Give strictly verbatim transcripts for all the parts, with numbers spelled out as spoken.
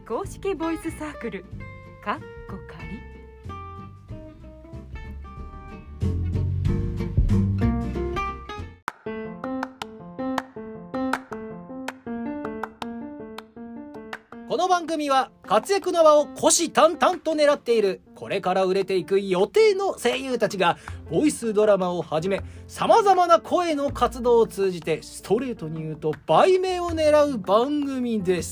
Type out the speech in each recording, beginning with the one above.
公式ボイスサークルかっこかり。 この番組は活躍の場を虎視眈々と狙っているこれから売れていく予定の声優たちがボイスドラマをはじめさまざまな声の活動を通じてストレートに言うと売名を狙う番組です。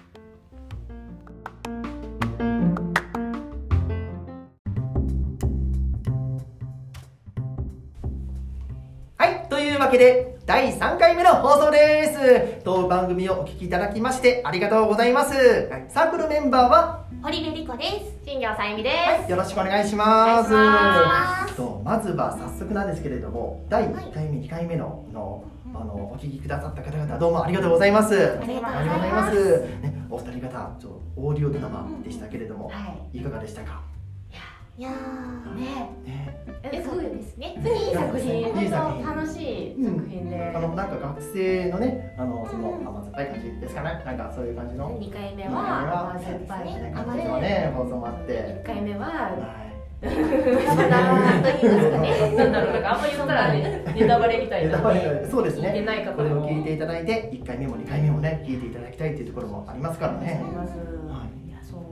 はい、というわけでだいさんかいめの放送です。当番組をお聞きいただきましてありがとうございます。サークルメンバーは堀部理子です。 新業さゆみです、 はい、よろしくお願いします。 お願いしますとまずは早速なんですけれども、だいいっかいめ、にかいめののあのお聞きくださった方々どうもありがとうございます。 ありがとうございます。 ね、お二人方ちょっとオーディオドラマでしたけれども、 はい、 いかがでしたか？ いやーねね、 えすごいですね。 いい作品、 いい作品、 楽しい作品で、 あのなんか学生のね、あのその甘酸っぱい感じですかね、なんかそういう感じの。 にかいめはは酸っぱいね、甘酸っぱいね、放送もあって。 いっかいめははいなんだろうなと言いますかね。 なんだろう、なんかあんまり言ったらね、ネタバレみたいなので、 そうですね。 聞いてない方これをも聞いていただいて、いっかいめもにかいめもね、聞いていただきたいっていうところもありますからね。 あります。 はいいや、そう。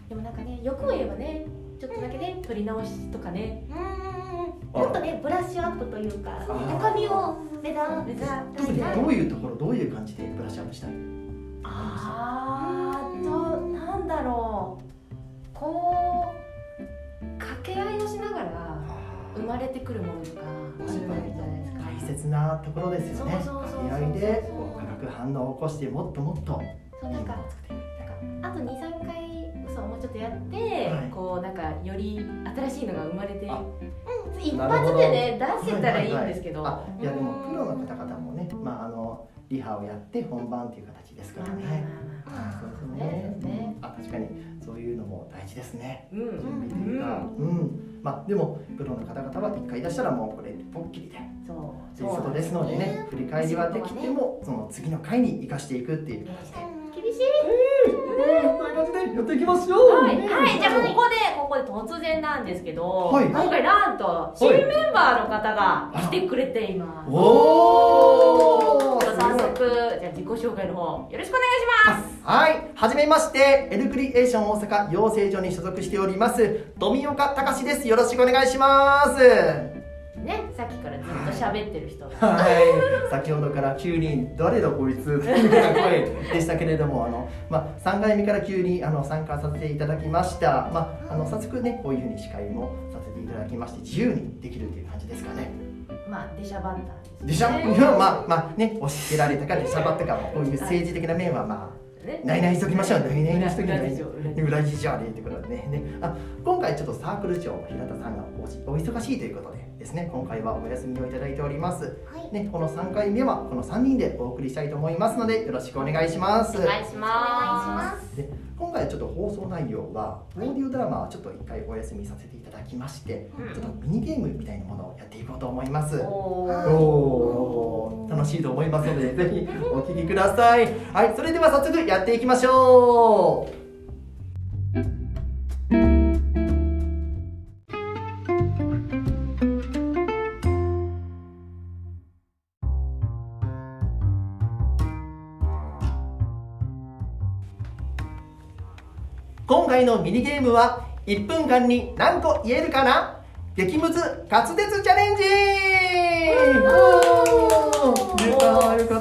でもなんかね、欲を言えばね、ちょっとだけね、撮り直しとかね。 うーん、もっとねブラッシュアップというか中身を目指目指特にどういうところ、どういう感じでブラッシュアップしたい？ あーと、なんだろう。こう掛け合いをしながら生まれてくるものとかあるじゃないですか。 大切なところですよね。 そうそうそうそう掛け合いでこう化学反応を起こしてもっともっとそうなんかなんかあとにさんかいそうもうちょっとやって、 はいこうなんかより新しいのが生まれて、 あうん、一発でね出せたらいいんですけど、 はいはいはい、あいやでもプロの方々もね、まああのリハをやって本番っていう形ですからね。あそうですね。 そうですね。 あ確かにそういうのも大事ですね。 うん準備というか、うん、まあでもプロの方々はいっかい出したらもうこれポッキリで。 そうということですのでね、振り返りはできてもその次の回に生かしていくっていう形で。 厳しい。 そういう感じでやっていきましょう。 はい、はい、じゃあここでここで突然なんですけど、 はい今回なんと新メンバーの方が来てくれています。 おー。 早速じゃあ自己紹介の方よろしくお願いします。 はい、はじめまして、エルクリエーション大阪養成所に所属しております富岡隆です。よろしくお願いします。 ね、さっきからずっと喋ってる人が、 はい、先ほどから急に誰だこいつっていうような声でしたけれども、あのまあさんかいめから急にあの参加させていただきました。まああの早速ねこういうふうに司会もさせていただきまして自由にできるという感じですかね。 まあ出しゃばったんですね。 でしょ、いやまあまあね押し付けられたかでしゃばったかもこういう政治的な面はまあ。ないないしときましょう。ないないしときましょう。裏事情でってことでね。ね、あ、今回ちょっとサークル長平田さんがおお忙しいということでですね。今回はお休みをいただいております。 はい、 ね、このさんかいめはこのさんにんでお送りしたいと思いますのでよろしくお願いします。 お願いします。 お願いします。 で、今回ちょっと放送内容はオーディオドラマはちょっと一回お休みさせていただきまして、 うんちょっとミニゲームみたいなものをやっていこうと思います。 おおー、楽しいと思いますのでぜひお聞きください。はい、それでは早速やっていきましょう。今回のミニゲームはいっぷんかんに何個言えるかな、激ムズ滑舌チャレンジ。よかったよかった。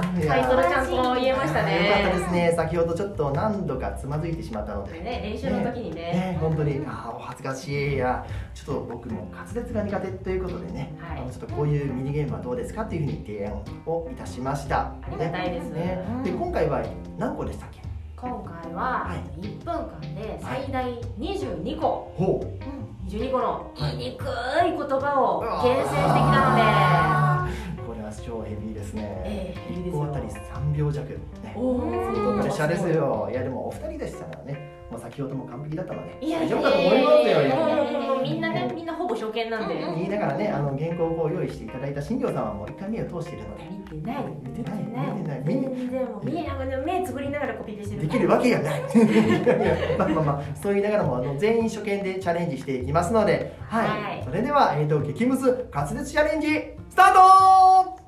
タイトルちゃんと言えましたね。 よかったですね。先ほどちょっと何度かつまずいてしまったのでね、練習の時にね、 ね本当にあお恥ずかしいや、ちょっと僕も滑舌が苦手ということでね、 はいあのちょっとこういうミニゲームはどうですかというふうに提案をいたしました。 ありがたいですねねで今回は何個でしたっけ？ 今回はいっぷんかんで最大にじゅうにこ、 ほう。 にじゅうにこの言いにくい言葉を厳選してきたので、 これは超ヘビーですね。 ええヘビーでいっすよこあたりさんびょう弱ね。 おー相当プレッシャーですよ。いやでもお二人でしたらね、もう先き音も完璧だったのでいや大丈夫かと思いますよ。 いやいやいやもうみんなね、みんなほぼ初見なんで。 言いながらね、あの原稿をこう用意していただいた新庄さんはもう一回目を通しているので見てない。 見てない見てない全然もう見えながら目つぶりながらコピペしてる。 できるわけがないまあまあまあそう言いながらもあの全員初見でチャレンジしていきますので、はい、 はいそれでは、えーと、激ムズ滑舌チャレンジスタート。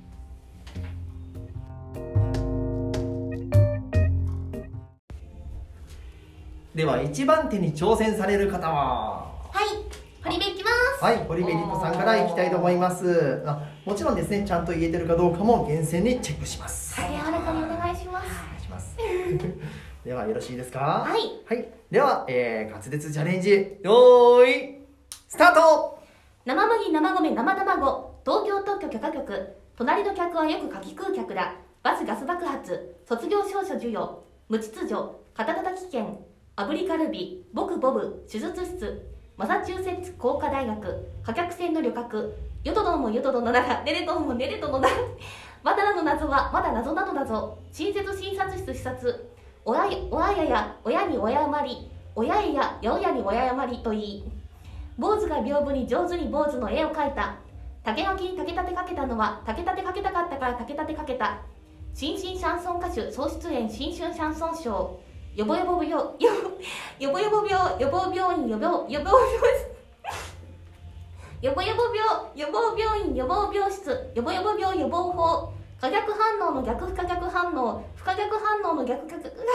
ではいちばん手に挑戦される方は、 はい堀部いきますはい、堀部リットさんからいきたいと思います。あ、もちろんですね、ちゃんと言えてるかどうかも厳選にチェックします。 はい、柔らかにお願いしますお願いしますではよろしいですか。 はいはい、では、えー、滑舌チャレンジよーいスタート。 生麦生米生卵東京特許許可局隣の客はよく柿食う客だバスガス爆発卒業証書授与無秩序肩たたき券炙りカルビ僕ボブ手術室マサチューセッツ工科大学貨客船の旅客ヨドドンもヨドドンのならネレドンもネレドンのなまだの謎はまだ謎なのだぞ親切診察室視察おやおやや親に親まり親やや親に親まりと言い坊主が屏風に上手に坊主の絵を描いた竹垣に竹立てかけたのは竹立てかけたかったから竹立てかけた新進シャンソン歌手総出演新春シャンソンショーよぼよぼ病よよぼよぼ病予防病院予防予防病よぼよぼ病予防病院予防病室よぼよぼ病予防法可逆反応の逆不可逆反応不可逆反応の逆可逆可逆反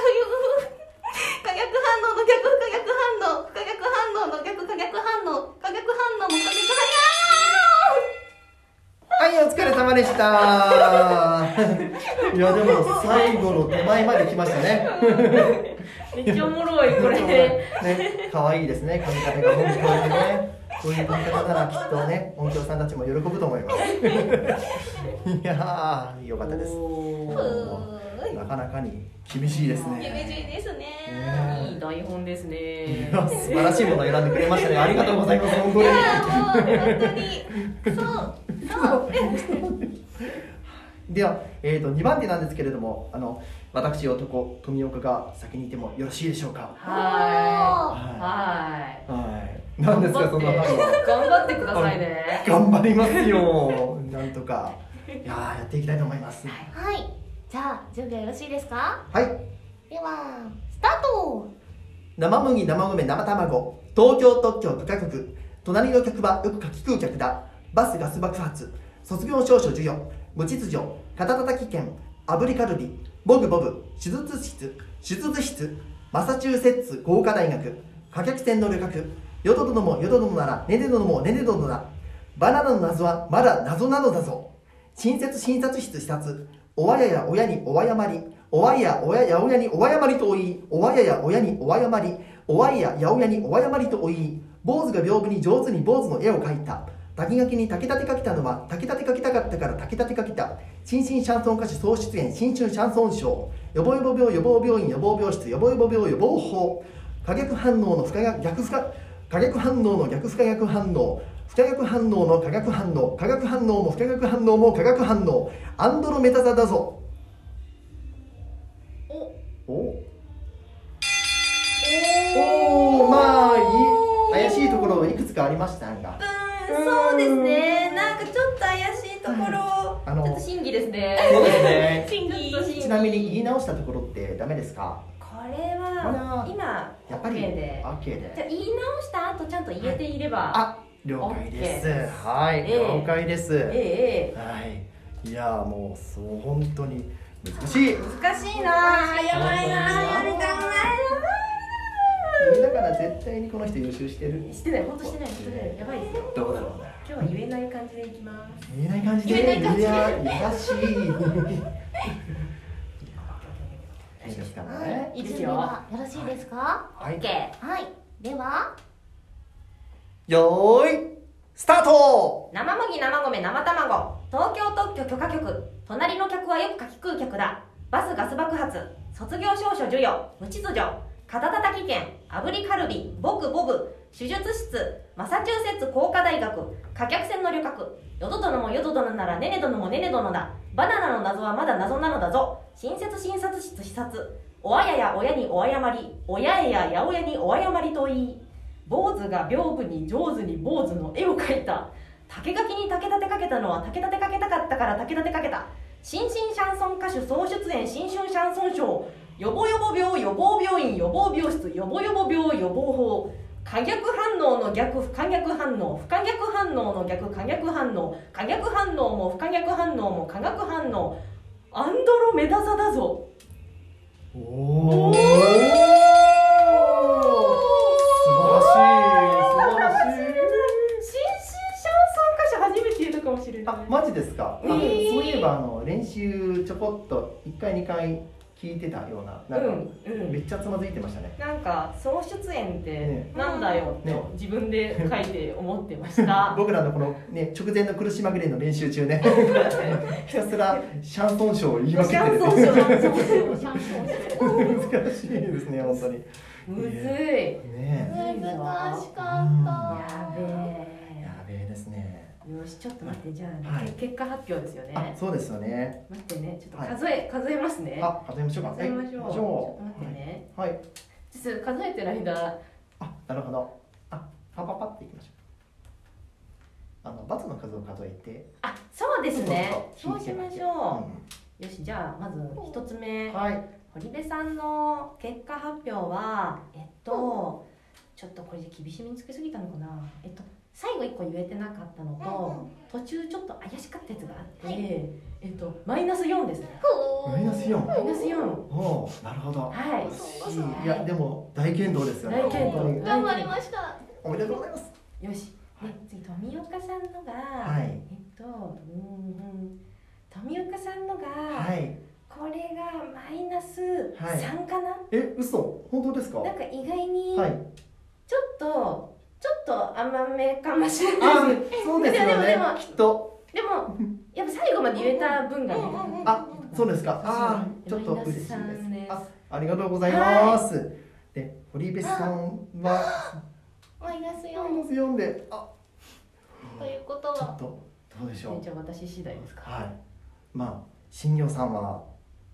応の逆不可逆反応不可逆反応の逆可逆反応可逆反応も可逆反はい、お疲れ様でしたいやでも最後の手前まで来ましたねめっちゃおもろいこれ。 ね、可愛いですね、髪型が本当にね。こういう髪型ならきっとね、音響さんたちも喜ぶと思います。いやー、よかったです。なかなかに厳しいですね。 厳しいですね。 ねいい台本ですいね。 や素晴らしいものを選んでくれましたね。ありがとうございます。本当に。 いやもう本当にそうそうでは、えーとにばん手なんですけれども、あの私男富岡が先にいてもよろしいでしょうか。 は。 はいはい。 はい。なんですかそんな。 頑張ってくださいね。 頑張りますよ。なんとか。いやーやっていきたいと思います。 はいじゃあ準備はよろしいですかはい。 ではスタート生麦生米生卵東京特許許可局隣の客はよく柿食う客だバスガス爆発卒業証書授与無秩序肩たたき券炙りカルビボブボブ手術室手術室マサチューセッツ工科大学貨客船の旅客ヨド殿もヨド殿ならネネ殿もネネ殿だバナナの謎はまだ謎なのだぞ親切診察室視察おわやや親にお謝りおわや親や親にお謝りと言いおわやや親にお謝りおわやや親にお謝りと言い坊主が屏風に上手に坊主の絵を描いた竹垣に竹立てかけたのは竹立てかけたかったから竹立てかけた新進シャンソン歌手総出演新春シャンソンショー予防予防病予防病院予防病室予防予防病予防法可逆反応の不可逆逆不可可逆反応の逆不可逆反応不可逆反応の可逆反応可逆反応も不可逆反応も可逆反応アンドロメタ座だぞおおおおまあいい怪しいところいくつかありましたがそうですね。なんかちょっと怪しいところ。 あのちょっと審議ですね。 そうですね審議。 ちなみに言い直したところってダメですか。 これは今やっぱり OK で。 OK でじゃあ言い直した後ちゃんと言えていれば。 あ了解です OK はい、 ええ了解です、 ええはいいやもうそう本当に難しい難しいな。やばいな。やりたく言いながら絶対にこの人優秀してるない。してない。本当してない。本当してない。やばいですよ。 どうだろうな今日は言えない感じでいきます。 言えない感じで言えない感じでいや優しいいいですかねいいですよ。 準備はよろしいですかはい OK。 はいではよーいスタート生麦生米生卵東京特許許可局隣の客はよく柿食う客だバスガス爆発卒業証書授与無秩序肩たたき券炙りカルビ僕ボブ手術室マサチューセッツ工科大学貨客船の旅客ヨド殿もヨド殿ならネネ殿もネネ殿だバナナの謎はまだ謎なのだぞ親切診察室視察おあやや親にお誤り、親へや八百屋にお誤りと言い、坊主が屏風に上手に坊主の絵を描いた。竹垣に竹立てかけたのは竹立てかけたかったから竹立てかけた。新進シャンソン歌手総出演新春シャンソンショー、予防予防病予防病院予防病室予防予防病予防法、可逆反応の逆不可逆反応、不可逆反応の逆可逆反応、可逆反応も不可逆反応も可逆反応、アンドロメダ座だぞ。 おお、素晴らしい、素晴らしい。 新進シャンソン歌手初めて言うのかもしれない。 あ、マジですか。あ、 えーそういえばあの練習ちょこっといっかいにかい聞いてたような、なんか、 うんうん、 めっちゃつまずいてましたね。 なんか総出演ってねなんだよねと自分で書いて思ってました僕らのこのね直前の苦し紛れの練習中ねひたすらシャンソンショーを言いまくってるシャンソンショーシャンソンショーシャンソンショー難しいですね本当に。 むずい、 ね難しかった。 やべえ、やべえですね。 え。よし、ちょっと待って、じゃあ、 はい結果発表ですよあ、 ね。 そうですよね。 待ってね、ちょっと数え、数えますね。 あ、数えましょうか。 数えましょう。ちょっはいと待ってね。 はい。 ちょっと数えてる間、 あ、なるほど。あ、パパパっていきましょう。あのバツの数を数えて。 あ、そうですね。そうしそうそうましょう。よし、じゃあ、まず一つ目。 うんはい。 堀部さんの結果発表は、えっと、ちょっとこれで厳しめにつけすぎたのかな。えっと、最後いっこ言えてなかったのと、途中ちょっと怪しかったやつがあって、 はいえっと、マイナスよんですね。 マイナス四。 マイナスよん。 おお、なるほど。 はい。 惜しい。いや、でも大健闘ですよね。 大健闘本当に頑張りました。 おめでとうございます。 よし。ね、次、富岡さんのが、 はいえっと、うんうん、富岡さんのが、 はい。 これがマイナスさんかな、 え、嘘、本当ですか。 なんか意外に、 はい。 ちょっと、ちょっと甘めかもしれあないです。、 そうですよでもでねも。 きっと。 でも、やっぱ最後まで言えた分がね。 あ、そうですか。あー、ちょっとマイナス嬉しいですさんです。 あ、ありがとうございます。で、堀部さんはマイナスマイよんナス四で、あ、 ということは、 ちょっとどうでしょう。 じゃあ私次第ですか。 はい。まあ、新業さんは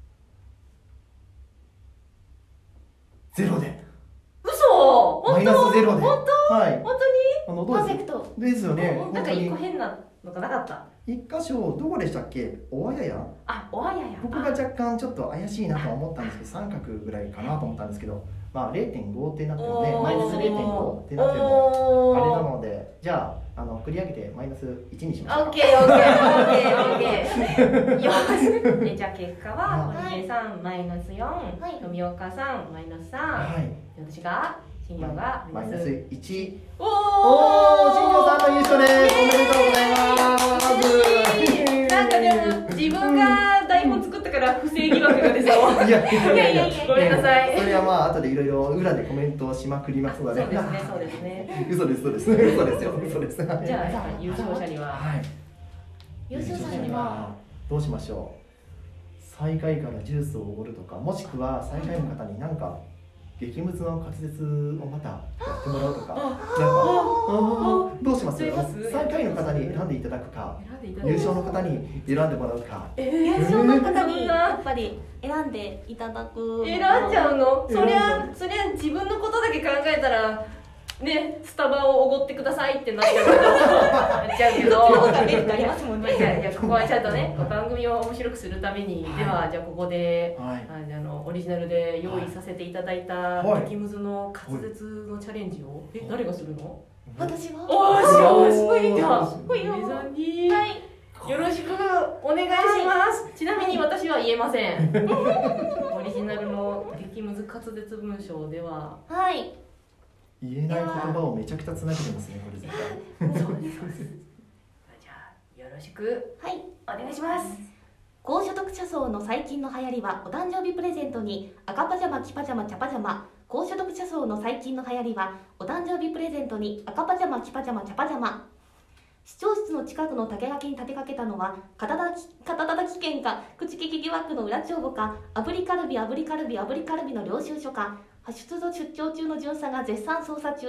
ゼロで。 嘘？ マイナスゼロで。 本はい。 本あのどパーうですフェクト。 ですよね。 当に？なんか一本当に個変なのがなかった。 一箇所どこでしたっけ？おあやや。 あ、おあやや。 僕が若干ちょっと怪しいなとは思ったんですけど、三角ぐらいかなと思ったんですけど、まあゼロてんごってなってるので、 おーマイナスゼロてんごってなってるのおあれなーので、じゃああの繰り上げてマイナスいちにしましょうか。 オッケーオッケーオッケーオッケー。よし。でじゃあ結果ははい堀江さんマイナスよん、 はい富岡さんマイナスさん、 はい。 私が新業がマイナスいち。 おおお、新業さんの優勝です。おめでとうございます。 なんかでも自分が台本作ったから不正疑惑がですよ。 いやいやいやいや。 ごめんなさい。 それはまあ後でいろいろ裏でコメントをしまくりますので。 そうですねそうですね。 嘘です嘘です嘘ですよ嘘です。 じゃあ優勝者にははい。 優勝者には、 どうしましょう。最下位からジュースをおごるとか、もしくは最下位の方に何か激ムズの滑舌をまたやってもらうとか、なんかあーどうします？ どうします最下位の方に選んでいただくか、 選んでいただ優勝の方に選んでもらうか。 え優勝の方にそんなやっぱり選んでいただく。 選んじゃうの？そりゃそりゃ自分のことだけ考えたらね、スタバをおごってくださいってなっちゃうけどなっちゃうけどどっちの方がメリットありますもんね。 じゃあじゃあここはちゃんとね番組を面白くするために、ではじゃあここで、 はい。 あのオリジナルで用意させていただいたはい激ムズの滑舌のチャレンジを、え誰がするの？ 私は。 おーすごいじゃん。 ほいよ梅さんにはい。 よろしくお願いします。ちなみに私は言えません。オリジナルの激ムズ滑舌文章では。 はい。 言えない言葉をめちゃくちゃつなげてますねこれ絶対。 そうですそうです。じゃあよろしくはい。 お願いします。 高所得者層の最近の流行りはお誕生日プレゼントに赤パジャマ黄パジャマ茶パジャマ。高所得者層の最近の流行りはお誕生日プレゼントに赤パジャマ黄パジャマ茶パジャマ。視聴室の近くの竹垣に立てかけたのは肩たたき肩たたき券か口利き疑惑の裏帳簿か炙りカルビ炙りカルビ炙りカルビの領収書か派出所出張中の巡査が絶賛捜査中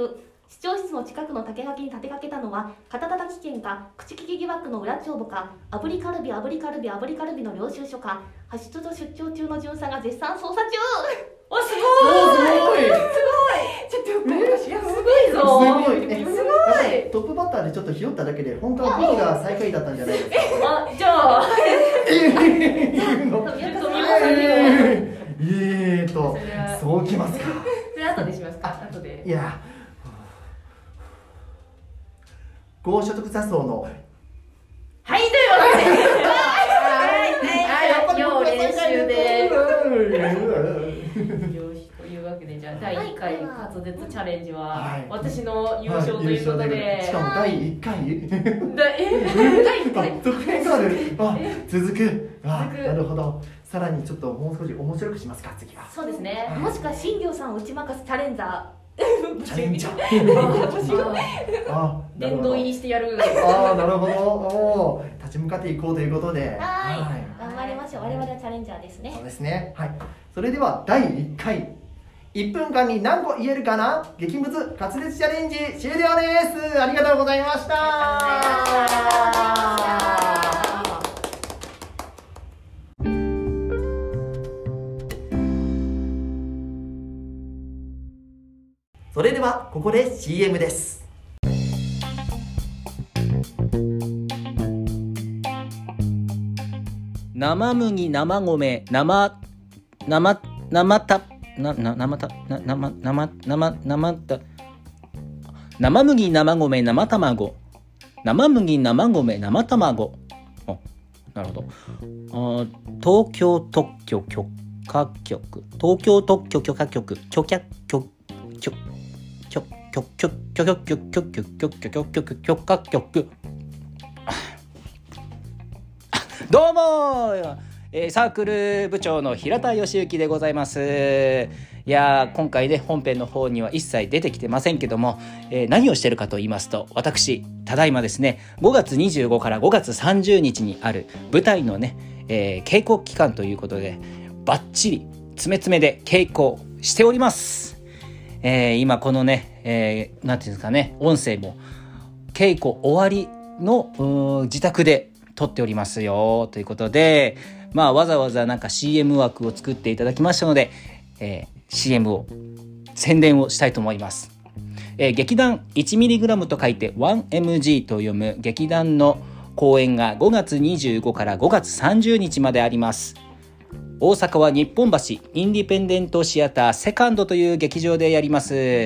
市長室の近くの竹垣に立てかけたのは肩たたき券か口利き疑惑の裏帳簿か炙りカルビ炙りカルビ炙りカルビの領収書か派出所出張中の巡査が絶賛捜査中。 お、すおすごい。 ごい。 ちょっとやっぱいやすごいすぞ。 ごい。えすごい。 トップバッターでちょっとひよっただけで本当は僕が最下位だったんじゃないですか。 あ、じゃあ。 えーとそうきますか。 それ後でしますか。後で。 いや、高所得者層のはい、というわけで。はい、要練習で。よし、というわけで、じゃあだいいっかい滑舌チャレンジは私の優勝ということで。 しかもだいいっかい。 だえ、だいいっかい。 特典カード。あ、続く。あ、なるほど。さらにちょっともう少し面白くしますか、次は。 そうですね。 もしか新業さんを打ち負かすチャレンジャーチャレンジャー。あ、 殿堂入りしてやる。 ああ、なるほど。おー、立ち向かっていこうということで。 はい、頑張りましょう。我々はチャレンジャーですね。 そうですね。はい。それではだいいっかい、いっぷんかんに何個言えるかな激ムズ滑舌チャレンジ終了です。ありがとうございました。それではここで シーエム です。 生麦生米生生生たなな生たな生生生生た生麦生米生卵生麦生米生卵。あ、なるほど。あ、東京特許許可局東京特許許可局許可局許許許許許許許許許許許許許許可局。どうも、えー、サークル部長の平田義之でございます。いやー、今回ね本編の方には一切出てきてませんけども、えー、何をしてるかと言いますと、私ただいまですねごがつにじゅうごからごがつさんじゅうにちにある舞台のね、えー、稽古期間ということでバッチリ詰め詰めで稽古しております。えー、今このね、えー、なんていうんですかね、音声も稽古終わりの自宅で撮っておりますよということで、まあわざわざなんか シーエム 枠を作っていただきましたので、えー、シーエム を宣伝をしたいと思います。えー、劇団 いちミリグラム と書いて いちエムジー と読む劇団の公演がごがつにじゅうごからごがつさんじゅうにちまであります。大阪は日本橋インディペンデントシアターセカンドという劇場でやります。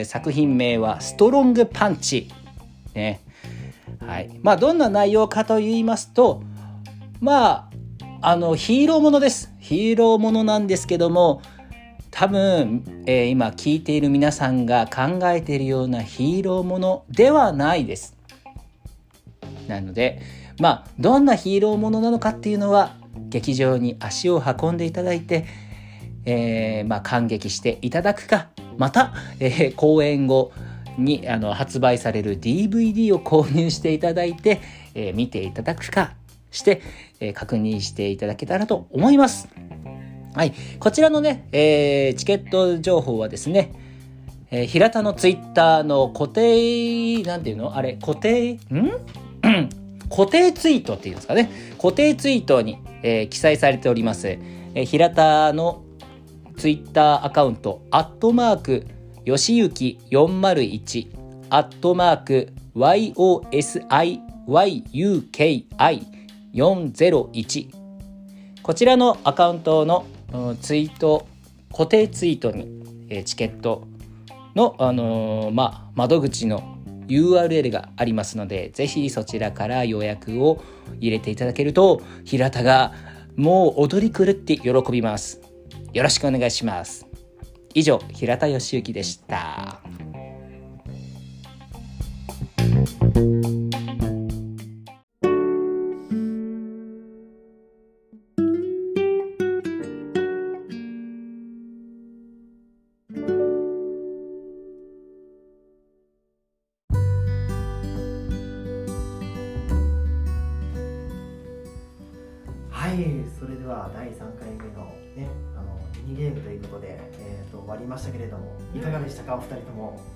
作品名はストロングパンチね。はい、まあどんな内容かと言いますと、まああのヒーローものです。ヒーローものなんですけども、多分、えー、今聞いている皆さんが考えているようなヒーローものではないです。なのでまあどんなヒーローものなのかっていうのは劇場に足を運んでいただいて、えー、まあ感激していただくか、また、えー、公演後にあの発売される ディーブイディー を購入していただいて、えー、見ていただくかして、えー、確認していただけたらと思います。はい、こちらのね、えー、チケット情報はですね、えー、平田のツイッターの固定なんていうのあれ固定ん固定ツイートっていうんですかね、固定ツイートに、えー、記載されております。えー、平田のツイッターアカウントアットマークよしゆきよんまるいちアットマーク ワイオーエスアイワイユーケーアイよんぜろいち、 こちらのアカウントのツイート固定ツイートに、えー、チケットの、あのーま、窓口の ユーアールエル がありますので、ぜひそちらから予約を入れていただけると平田がもう踊り狂って喜びます。よろしくお願いします。以上、平田義之でした。 はい、それではだいさんかいめのね、あのミニゲームということで、えー、と終わりましたけれども、いかがでしたか、お二人とも。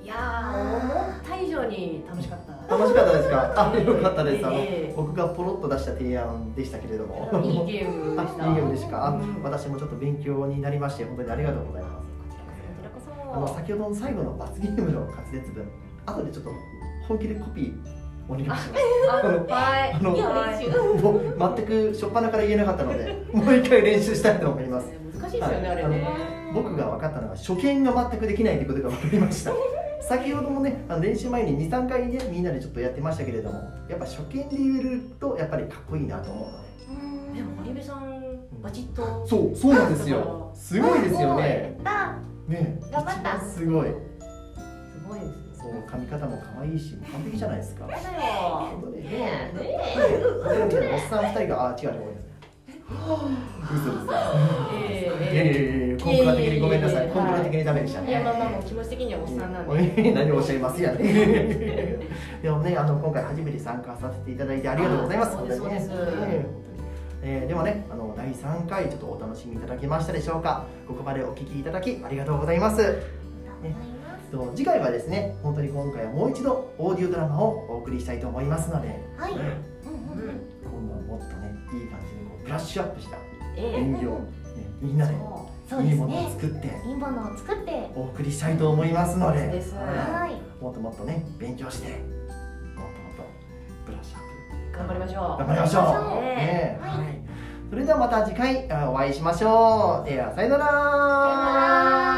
いやー思った以上に楽しかった。 楽しかったですか？あ、よかったです。あの、 ええ、 僕がポロッと出した提案でしたけれども、 いいゲームでした。 いいゲームでしたか？ うん、 私もちょっと勉強になりまして本当にありがとうございます。 こちらこそ。 あの先ほどの最後の罰ゲームの滑舌文、後でちょっと本気でコピーお願いします。 あのはいあのいいよ練習。 もう全く初っ端から言えなかったので、もう一回練習したいと思います。 難しいですよね、あれね。 僕が分かったのは初見が全くできないということが分かりました。先ほどもね、あの練習前ににさんかいね、みんなでちょっとやってましたけれども、やっぱ初見で言えるとやっぱりかっこいいなと思うので。 でも堀部さんバチッと。 そう、そうなんですよ。すごいですよね。ね、 頑張った。 すごい。 すごいです。 そう、髪型も可愛いし、完璧じゃないですか。 だよ。 本当にねね。 え。 ねえ、おっさん二人が、あ、違う、ごめんなさい。嘘です。 えいやいやいや、コンプラ的にごめんなさい。コンプラ的にダメでしたね。 いや、まあまあ、もう気持ち的にはおっさんなんで。 何をおっしゃいますやね。でもね、あの今回初めて参加させていただいてありがとうございます。 そうです、そうです。 えー、ではね、あのだいさんかいちょっとお楽しみいただけましたでしょうか。ここまでお聞きいただきありがとうございます。ね、と次回はですね、本当に今回はもう一度オーディオドラマをお送りしたいと思いますので、 はい、 ね、今度はもっとね、いい感じにこうブラッシュアップしたえ演技を、ね、みんなでそうですいいものをね。 作っていいものを作ってお送りしたいと思いますので、 そうですはいはいもっともっとね勉強してもっともっとブラッシュアップ頑張りましょう。 頑張りましょう。 頑張りましょうね、 はいはい。それではまた次回あお会いしましょう。ではさよなら。 さよなら。